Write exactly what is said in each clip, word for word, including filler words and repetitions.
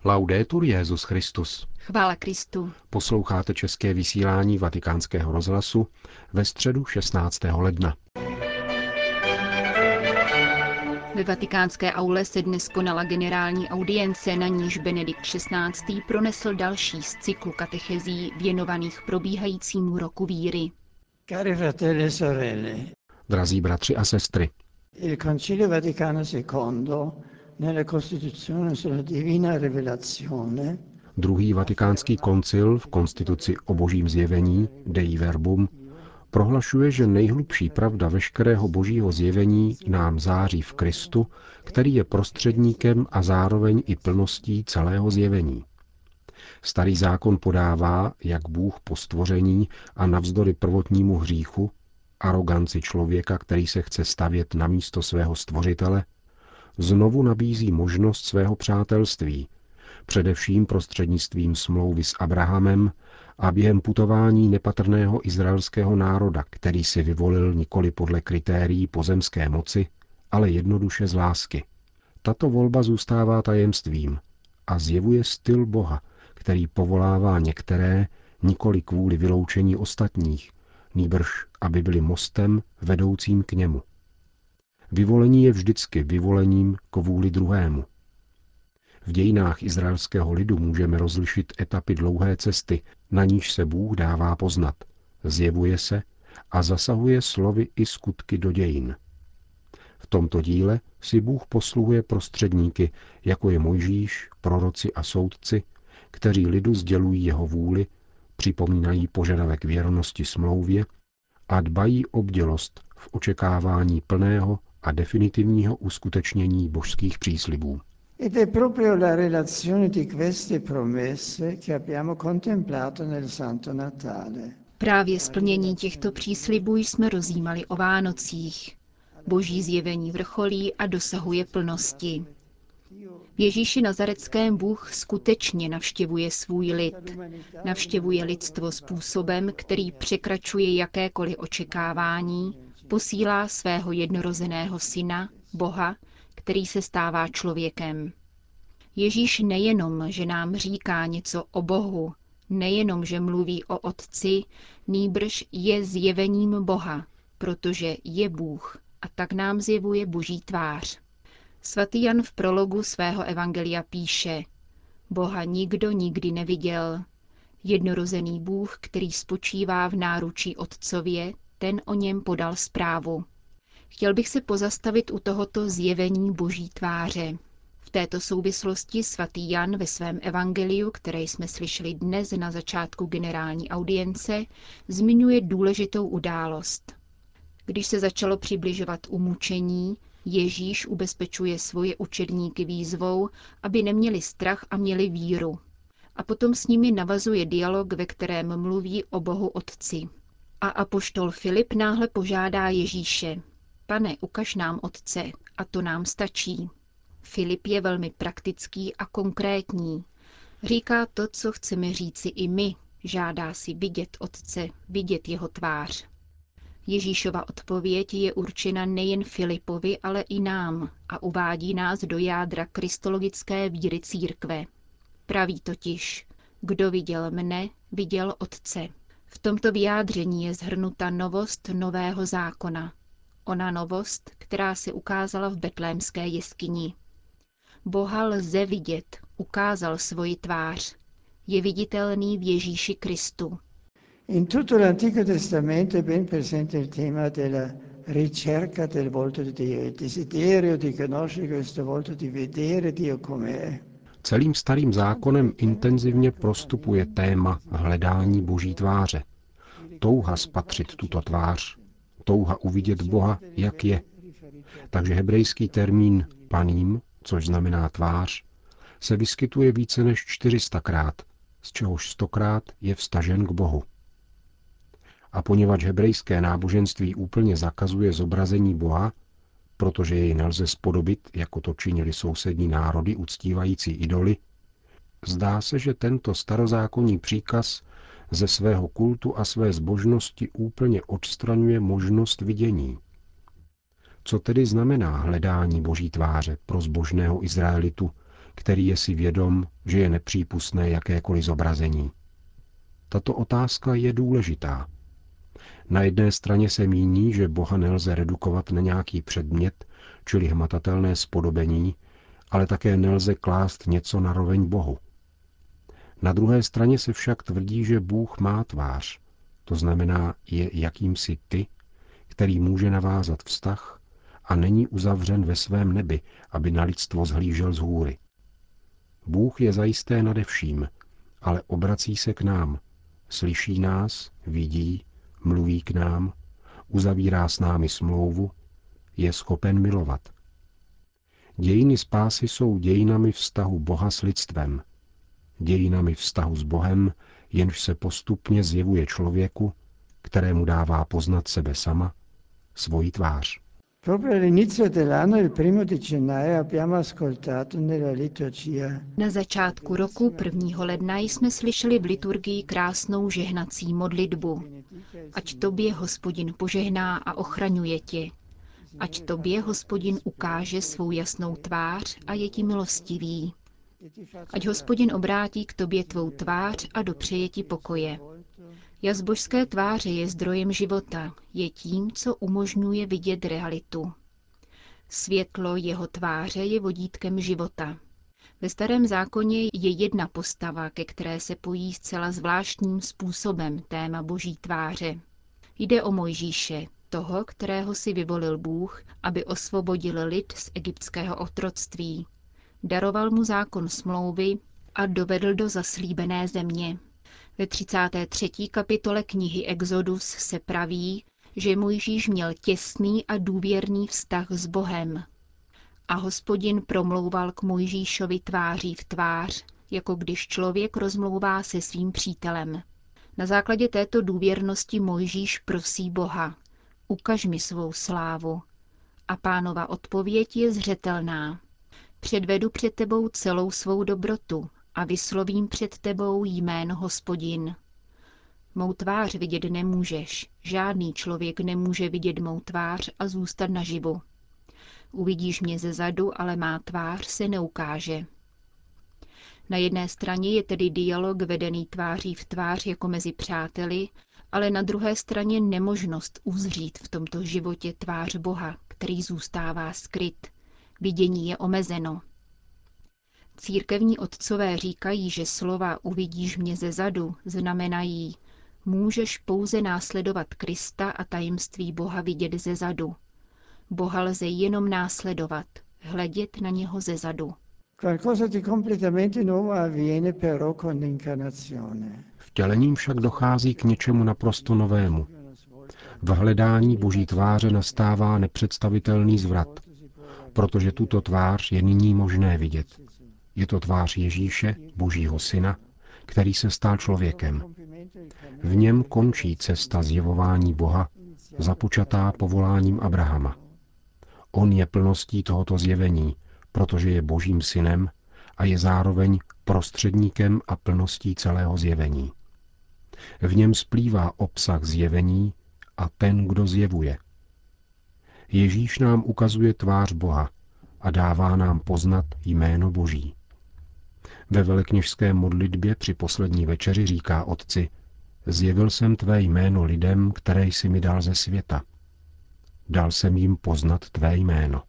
Laudetur Jesus Christus. Chvála Kristu. Posloucháte české vysílání Vatikánského rozhlasu ve středu šestnáctého ledna. Ve vatikánské aule se dnes konala generální audience, na níž Benedikt šestnáctý pronesl další z cyklu katechezí věnovaných probíhajícímu roku víry. Cari fratelli e sorelle, Drazí bratři a sestry, il Concilio Vaticano secondo nella Costituzione sulla Divina Rivelazione druhý vatikánský koncil v konstituci o božím zjevení Dei Verbum prohlašuje, že nejhlubší pravda veškerého božího zjevení nám září v Kristu, který je prostředníkem a zároveň i plností celého zjevení. Starý zákon podává, jak Bůh po stvoření a navzdory prvotnímu hříchu, aroganci člověka, který se chce stavět na místo svého stvořitele, znovu nabízí možnost svého přátelství, především prostřednictvím smlouvy s Abrahamem a během putování nepatrného izraelského národa, který si vyvolil nikoli podle kritérií pozemské moci, ale jednoduše z lásky. Tato volba zůstává tajemstvím a zjevuje styl Boha, který povolává některé nikoli kvůli vyloučení ostatních, nýbrž aby byli mostem vedoucím k němu. Vyvolení je vždycky vyvolením kvůli druhému. V dějinách izraelského lidu můžeme rozlišit etapy dlouhé cesty, na níž se Bůh dává poznat, zjevuje se a zasahuje slovy i skutky do dějin. V tomto díle si Bůh posluhuje prostředníky, jako je Mojžíš, proroci a soudci, kteří lidu sdělují jeho vůli, připomínají požadavek věrnosti smlouvě a dbají o bdělost v očekávání plného a definitivního uskutečnění božských příslibů. ed è proprio la relazione di queste promesse che abbiamo contemplato nel Santo Natale. Právě splnění těchto příslibů jsme rozjímali o Vánocích. Boží zjevení vrcholí a dosahuje plnosti. V Ježíši Nazareckém Bůh skutečně navštěvuje svůj lid. Navštěvuje lidstvo způsobem, který překračuje jakékoliv očekávání, posílá svého jednorozeného syna, Boha, který se stává člověkem. Ježíš nejenom, že nám říká něco o Bohu, nejenom, že mluví o Otci, nýbrž je zjevením Boha, protože je Bůh a tak nám zjevuje Boží tvář. Svatý Jan v prologu svého evangelia píše: Boha nikdo nikdy neviděl. Jednorozený Bůh, který spočívá v náručí Otcově, ten o něm podal zprávu. Chtěl bych se pozastavit u tohoto zjevení Boží tváře. V této souvislosti svatý Jan ve svém evangeliu, které jsme slyšeli dnes na začátku generální audience, zmiňuje důležitou událost. Když se začalo přibližovat umučení, Ježíš ubezpečuje svoje učedníky výzvou, aby neměli strach a měli víru. A potom s nimi navazuje dialog, ve kterém mluví o Bohu Otci. A apoštol Filip náhle požádá Ježíše: Pane, ukaž nám Otce, a to nám stačí. Filip je velmi praktický a konkrétní. Říká to, co chceme říci i my. Žádá si vidět Otce, vidět jeho tvář. Ježíšova odpověď je určena nejen Filipovi, ale i nám a uvádí nás do jádra kristologické víry církve. Praví totiž: Kdo viděl mne, viděl Otce. V tomto vyjádření je shrnuta novost nového zákona. Ona novost, která se ukázala v betlémské jeskyni. Boha lze vidět, ukázal svoji tvář. Je viditelný v Ježíši Kristu. In tutto l'Antico Testamento è ben presente il tema della ricerca del volto di Dio, il desiderio di conoscere questo volto, di vedere Dio com'è. Celým starým zákonem intenzivně prostupuje téma hledání Boží tváře. Touha spatřit tuto tvář, touha uvidět Boha, jak je. Takže hebrejský termín paním, což znamená tvář, se vyskytuje více než čtyři sta krát, z čehož stokrát je vztažen k Bohu. A poněvadž hebrejské náboženství úplně zakazuje zobrazení Boha, protože jej nelze spodobit, jako to činili sousední národy uctívající idoly, zdá se, že tento starozákonní příkaz ze svého kultu a své zbožnosti úplně odstraňuje možnost vidění. Co tedy znamená hledání Boží tváře pro zbožného Izraelitu, který je si vědom, že je nepřípustné jakékoliv zobrazení? Tato otázka je důležitá. Na jedné straně se míní, že Boha nelze redukovat na nějaký předmět, čili hmatatelné spodobení, ale také nelze klást něco na roveň Bohu. Na druhé straně se však tvrdí, že Bůh má tvář, to znamená je jakýmsi ty, který může navázat vztah a není uzavřen ve svém nebi, aby na lidstvo zhlížel z hůry. Bůh je zajisté nade vším, ale obrací se k nám, slyší nás, vidí, mluví k nám, uzavírá s námi smlouvu, je schopen milovat. Dějiny spásy jsou dějinami vztahu Boha s lidstvem, dějinami vztahu s Bohem, jenž se postupně zjevuje člověku, kterému dává poznat sebe sama, svoji tvář. Na začátku roku prvního ledna jsme slyšeli v liturgii krásnou žehnací modlitbu. Ať tobě Hospodin požehná a ochraňuje tě. Ať tobě Hospodin ukáže svou jasnou tvář a je ti milostivý. Ať Hospodin obrátí k tobě tvou tvář a dopřeje ti pokoje. Jas božské tváře je zdrojem života, je tím, co umožňuje vidět realitu. Světlo jeho tváře je vodítkem života. Ve Starém zákoně je jedna postava, ke které se pojí zcela zvláštním způsobem téma boží tváře. Jde o Mojžíše, toho, kterého si vyvolil Bůh, aby osvobodil lid z egyptského otroctví. Daroval mu zákon smlouvy a dovedl do zaslíbené země. Ve třicáté třetí kapitole knihy Exodus se praví, že Mojžíš měl těsný a důvěrný vztah s Bohem. A Hospodin promlouval k Mojžíšovi tváří v tvář, jako když člověk rozmlouvá se svým přítelem. Na základě této důvěrnosti Mojžíš prosí Boha: ukaž mi svou slávu. A Pánova odpověď je zřetelná. Předvedu před tebou celou svou dobrotu a vyslovím před tebou jméno Hospodin. Mou tvář vidět nemůžeš, žádný člověk nemůže vidět mou tvář a zůstat naživu. Uvidíš mě ze zadu, ale má tvář se neukáže. Na jedné straně je tedy dialog vedený tváří v tvář jako mezi přáteli, ale na druhé straně nemožnost uzřít v tomto životě tvář Boha, který zůstává skryt. Vidění je omezeno. Církevní otcové říkají, že slova uvidíš mě ze zadu znamenají: můžeš pouze následovat Krista a tajemství Boha vidět ze zadu. Boha lze jenom následovat, hledět na něho ze zadu. Vtělením však dochází k něčemu naprosto novému. V hledání boží tváře nastává nepředstavitelný zvrat, protože tuto tvář je nyní možné vidět. Je to tvář Ježíše, Božího syna, který se stal člověkem. V něm končí cesta zjevování Boha, započatá povoláním Abrahama. On je plností tohoto zjevení, protože je Božím synem a je zároveň prostředníkem a plností celého zjevení. V něm splývá obsah zjevení a ten, kdo zjevuje. Ježíš nám ukazuje tvář Boha a dává nám poznat jméno Boží. Ve velekněžské modlitbě při poslední večeři říká Otci: zjevil jsem tvé jméno lidem, které jsi mi dal ze světa. Dal jsem jim poznat tvé jméno.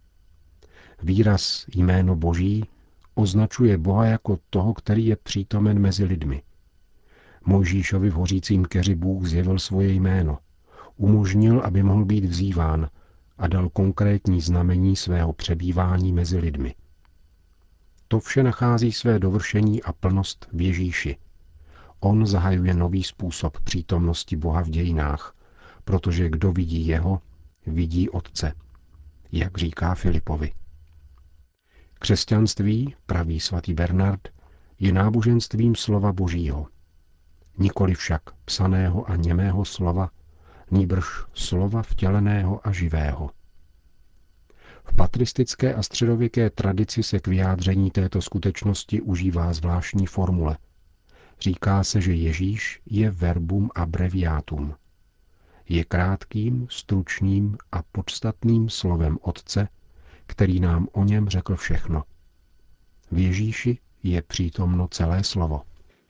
Výraz jméno Boží označuje Boha jako toho, který je přítomen mezi lidmi. Mojžíšovi v hořícím keři Bůh zjevil svoje jméno, umožnil, aby mohl být vzýván a dal konkrétní znamení svého přebývání mezi lidmi. To vše nachází své dovršení a plnost v Ježíši. On zahajuje nový způsob přítomnosti Boha v dějinách, protože kdo vidí jeho, vidí Otce, jak říká Filipovi. Křesťanství, praví svatý Bernard, je náboženstvím slova Božího. Nikoli však psaného a němého slova, nýbrž slova vtěleného a živého. V patristické a středověké tradici se k vyjádření této skutečnosti užívá zvláštní formule. Říká se, že Ježíš je verbum abreviatum. Je krátkým, stručným a podstatným slovem Otce, který nám o něm řekl všechno. V Ježíši je přítomno celé slovo.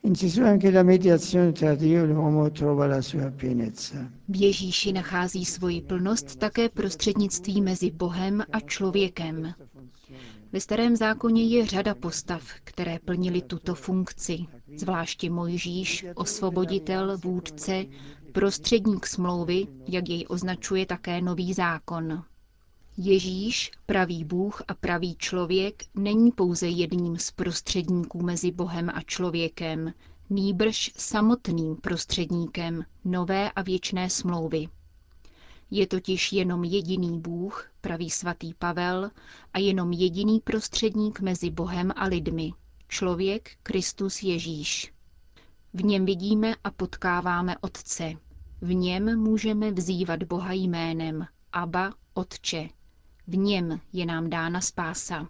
V Ježíši nachází svoji plnost také prostřednictví mezi Bohem a člověkem. Ve Starém zákoně je řada postav, které plnily tuto funkci, zvláště Mojžíš, osvoboditel, vůdce, prostředník smlouvy, jak jej označuje také Nový zákon. Ježíš, pravý Bůh a pravý člověk, není pouze jedním z prostředníků mezi Bohem a člověkem, nýbrž samotným prostředníkem nové a věčné smlouvy. Je totiž jenom jediný Bůh, pravý svatý Pavel, a jenom jediný prostředník mezi Bohem a lidmi, člověk Kristus Ježíš. V něm vidíme a potkáváme Otce. V něm můžeme vzývat Boha jménem Abba, Otče. V něm je nám dána spása.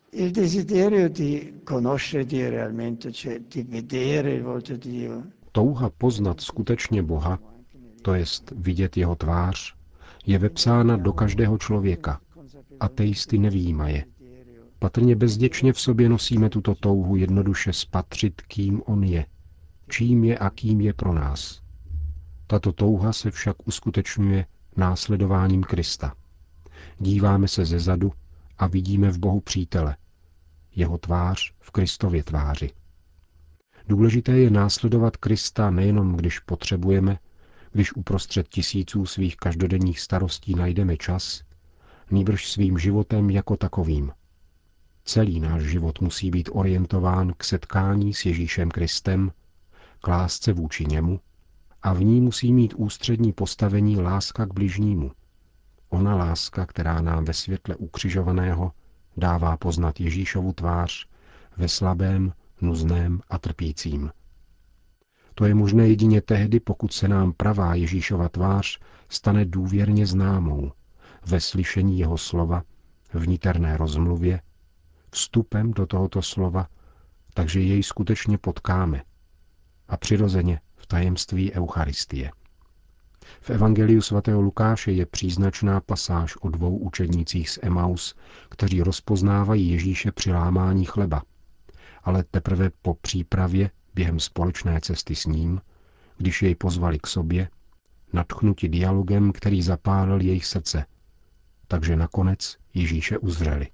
Touha poznat skutečně Boha, to jest vidět jeho tvář, je vepsána do každého člověka. Ateisty nevyjímaje. Patrně bezděčně v sobě nosíme tuto touhu jednoduše spatřit, kým on je, čím je a kým je pro nás. Tato touha se však uskutečňuje následováním Krista. Díváme se zezadu a vidíme v Bohu přítele, jeho tvář v Kristově tváři. Důležité je následovat Krista nejenom když potřebujeme, když uprostřed tisíců svých každodenních starostí najdeme čas, nýbrž svým životem jako takovým. Celý náš život musí být orientován k setkání s Ježíšem Kristem, k lásce vůči němu, a v ní musí mít ústřední postavení láska k bližnímu. Ona láska, která nám ve světle ukřižovaného dává poznat Ježíšovu tvář ve slabém, nuzném a trpícím. To je možné jedině tehdy, pokud se nám pravá Ježíšova tvář stane důvěrně známou, ve slyšení jeho slova, v niterné rozmluvě, vstupem do tohoto slova, takže jej skutečně potkáme, a přirozeně v tajemství Eucharistie. V evangeliu svatého Lukáše je příznačná pasáž o dvou učednících z Emaus, kteří rozpoznávají Ježíše při lámání chleba, ale teprve po přípravě během společné cesty s ním, když jej pozvali k sobě, nadchnuti dialogem, který zapálil jejich srdce, takže nakonec Ježíše uzřeli.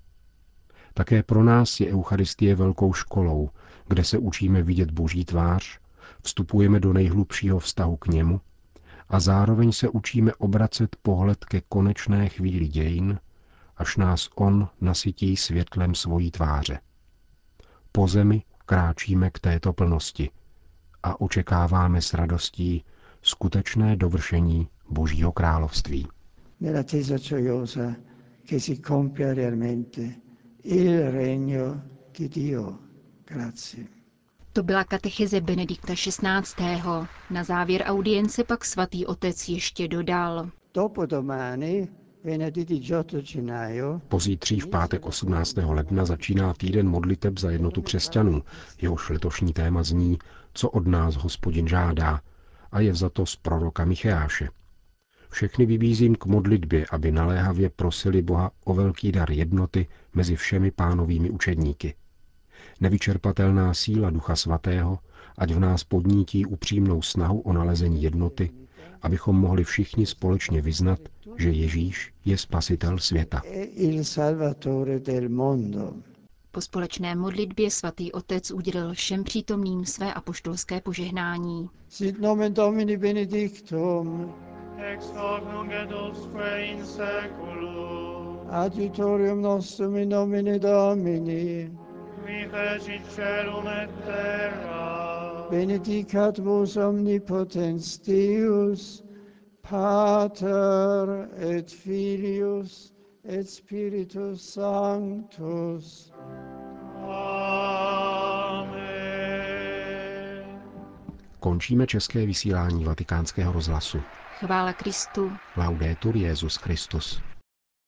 Také pro nás je Eucharistie velkou školou, kde se učíme vidět Boží tvář, vstupujeme do nejhlubšího vztahu k němu a zároveň se učíme obracet pohled ke konečné chvíli dějin, až nás on nasytí světlem svojí tváře. Po zemi kráčíme k této plnosti a očekáváme s radostí skutečné dovršení Božího království. Nell'attesa gioiosa che si compia realmente il regno di Dio. Grazie. To byla katecheze Benedikta šestnáctého. Na závěr audience pak svatý otec ještě dodal. Dopodomani, venerdì diciotto gennaio, Pozítří v pátek osmnáctého ledna začíná týden modliteb za jednotu křesťanů, jehož letošní téma zní, co od nás Hospodin žádá, a je vzato z proroka Micheáše. Všechny vybízím k modlitbě, aby naléhavě prosili Boha o velký dar jednoty mezi všemi pánovými učedníky. Nevyčerpatelná síla Ducha Svatého, ať v nás podnítí upřímnou snahu o nalezení jednoty, abychom mohli všichni společně vyznat, že Ježíš je spasitel světa. Po společné modlitbě svatý otec udělil všem přítomným své apoštolské požehnání. Sit nomen Domini benedictum, ex hoc nunc et usque in seculum, adiutorium nostrum in nomine Domini, qui fecit caelum et terra, benedicat vos omnipotens Deus, Pater et Filius et Spiritus Sanctus. Amen. Končíme české vysílání Vatikánského rozhlasu. Chvála Kristu. Laudetur Jesus Christus.